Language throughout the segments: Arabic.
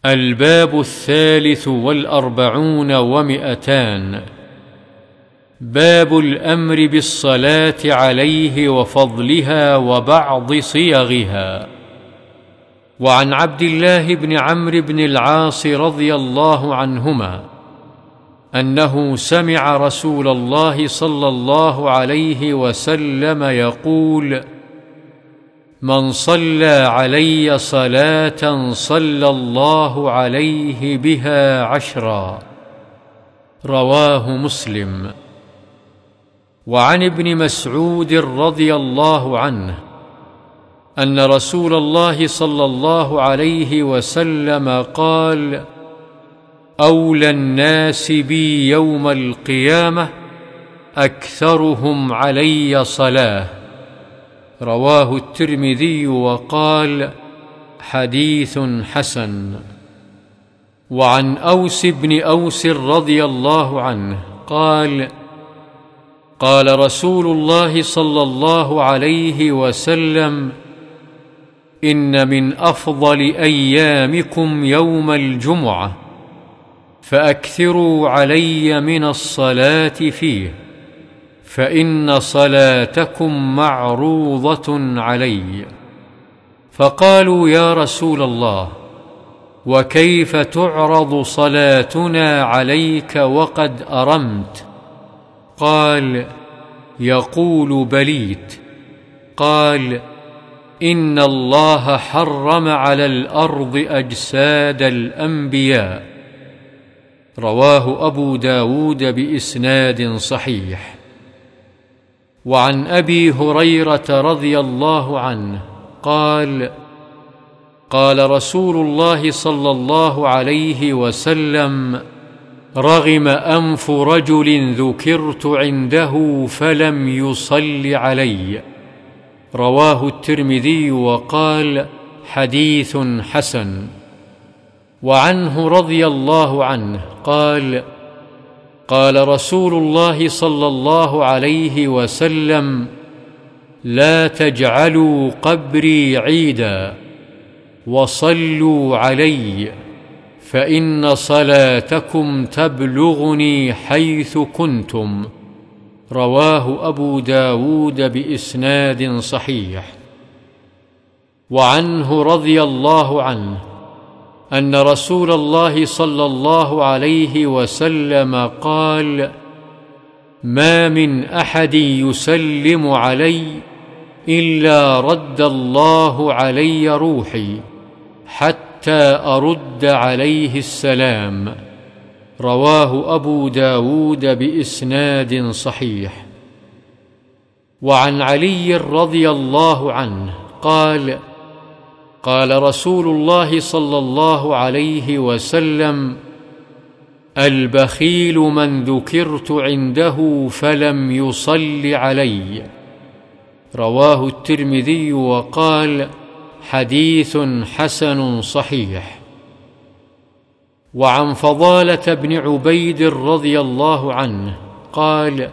الباب 43 و200. باب الأمر بالصلاة عليه وفضلها وبعض صيغها. وعن عبد الله بن عمرو بن العاص رضي الله عنهما أنه سمع رسول الله صلى الله عليه وسلم يقول: من صلى علي صلاة صلى الله عليه بها 10. رواه مسلم. وعن ابن مسعود رضي الله عنه أن رسول الله صلى الله عليه وسلم قال: أولى الناس بي يوم القيامة أكثرهم علي صلاة. رواه الترمذي وقال: حديث حسن. وعن أوس بن أوس رضي الله عنه قال: قال رسول الله صلى الله عليه وسلم: إن من أفضل أيامكم يوم الجمعة، فأكثروا علي من الصلاة فيه، فإن صلاتكم معروضة علي. فقالوا: يا رسول الله، وكيف تعرض صلاتنا عليك وقد أرمت؟ قال: يقول بليت. قال: إن الله حرم على الأرض أجساد الأنبياء. رواه أبو داود بإسناد صحيح. وعن أبي هريرة رضي الله عنه قال: قال رسول الله صلى الله عليه وسلم: رغم أنف رجل ذكرت عنده فلم يصل علي. رواه الترمذي وقال: حديث حسن. وعنه رضي الله عنه قال: قال رسول الله صلى الله عليه وسلم: لا تجعلوا قبري عيدا، وصلوا علي، فإن صلاتكم تبلغني حيث كنتم. رواه أبو داود بإسناد صحيح. وعنه رضي الله عنه أن رسول الله صلى الله عليه وسلم قال: ما من أحد يسلم علي إلا رد الله علي روحي حتى أرد عليه السلام. رواه أبو داود بإسناد صحيح. وعن علي رضي الله عنه قال: قال رسول الله صلى الله عليه وسلم: البخيل من ذكرت عنده فلم يصل علي. رواه الترمذي وقال: حديث حسن صحيح. وعن فضالة بن عبيد رضي الله عنه قال: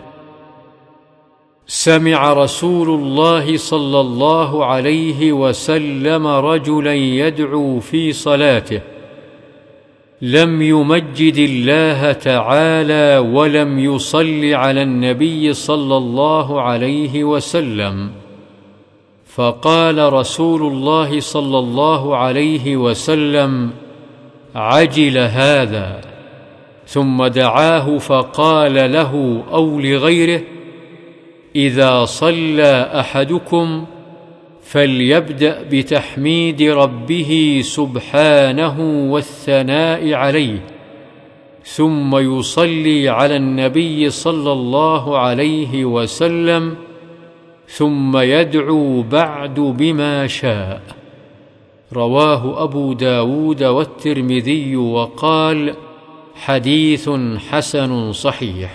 سمع رسول الله صلى الله عليه وسلم رجلا يدعو في صلاته، لم يمجد الله تعالى ولم يصل على النبي صلى الله عليه وسلم، فقال رسول الله صلى الله عليه وسلم: عجل هذا. ثم دعاه فقال له أو لغيره: إذا صلى أحدكم فليبدأ بتحميد ربه سبحانه والثناء عليه، ثم يصلي على النبي صلى الله عليه وسلم، ثم يدعو بعد بما شاء. رواه أبو داود والترمذي وقال: حديث حسن صحيح.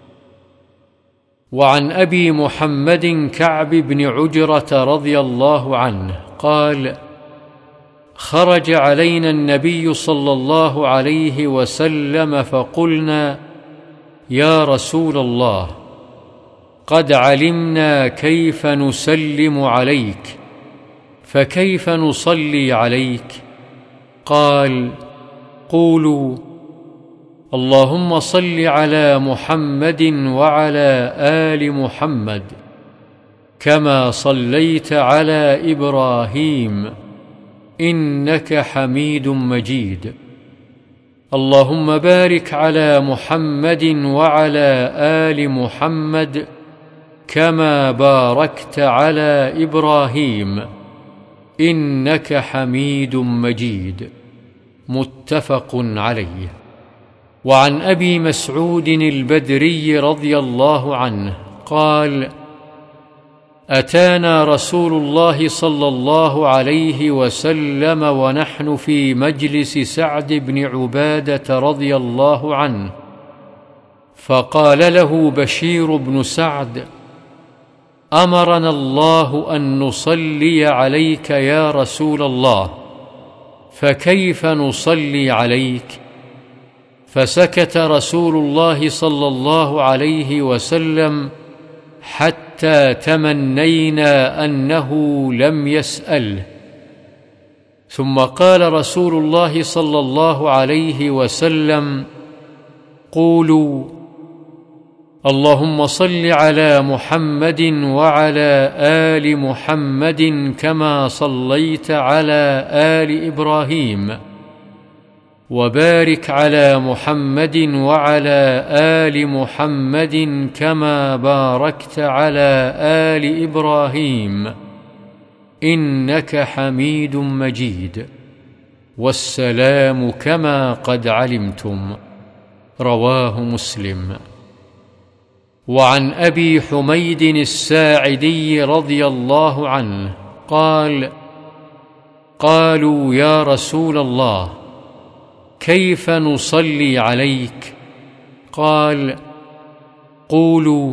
وعن أبي محمد كعب بن عجرة رضي الله عنه قال: خرج علينا النبي صلى الله عليه وسلم فقلنا: يا رسول الله، قد علمنا كيف نسلم عليك، فكيف نصلي عليك؟ قال: قولوا: اللهم صل على محمد وعلى آل محمد كما صليت على إبراهيم إنك حميد مجيد. اللهم بارك على محمد وعلى آل محمد كما باركت على إبراهيم إنك حميد مجيد. متفق عليه. وعن أبي مسعود البدري رضي الله عنه قال: أتانا رسول الله صلى الله عليه وسلم ونحن في مجلس سعد بن عبادة رضي الله عنه، فقال له بشير بن سعد: أمرنا الله أن نصلي عليك يا رسول الله، فكيف نصلي عليك؟ فسكت رسول الله صلى الله عليه وسلم حتى تمنينا أنه لم يسأله، ثم قال رسول الله صلى الله عليه وسلم: قولوا: اللهم صل على محمد وعلى آل محمد كما صليت على آل إبراهيم، وبارك على محمد وعلى آل محمد كما باركت على آل إبراهيم إنك حميد مجيد. والسلام كما قد علمتم. رواه مسلم. وعن أبي حميد الساعدي رضي الله عنه قال: قالوا يا رسول الله كيف نصلي عليك؟ قال: قولوا: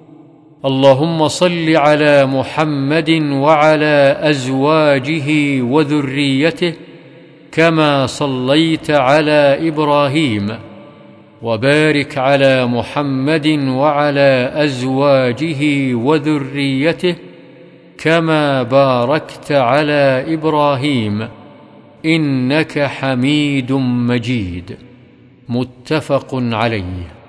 اللهم صل على محمد وعلى أزواجه وذريته كما صليت على إبراهيم، وبارك على محمد وعلى أزواجه وذريته كما باركت على إبراهيم إنك حميد مجيد. متفق عليه.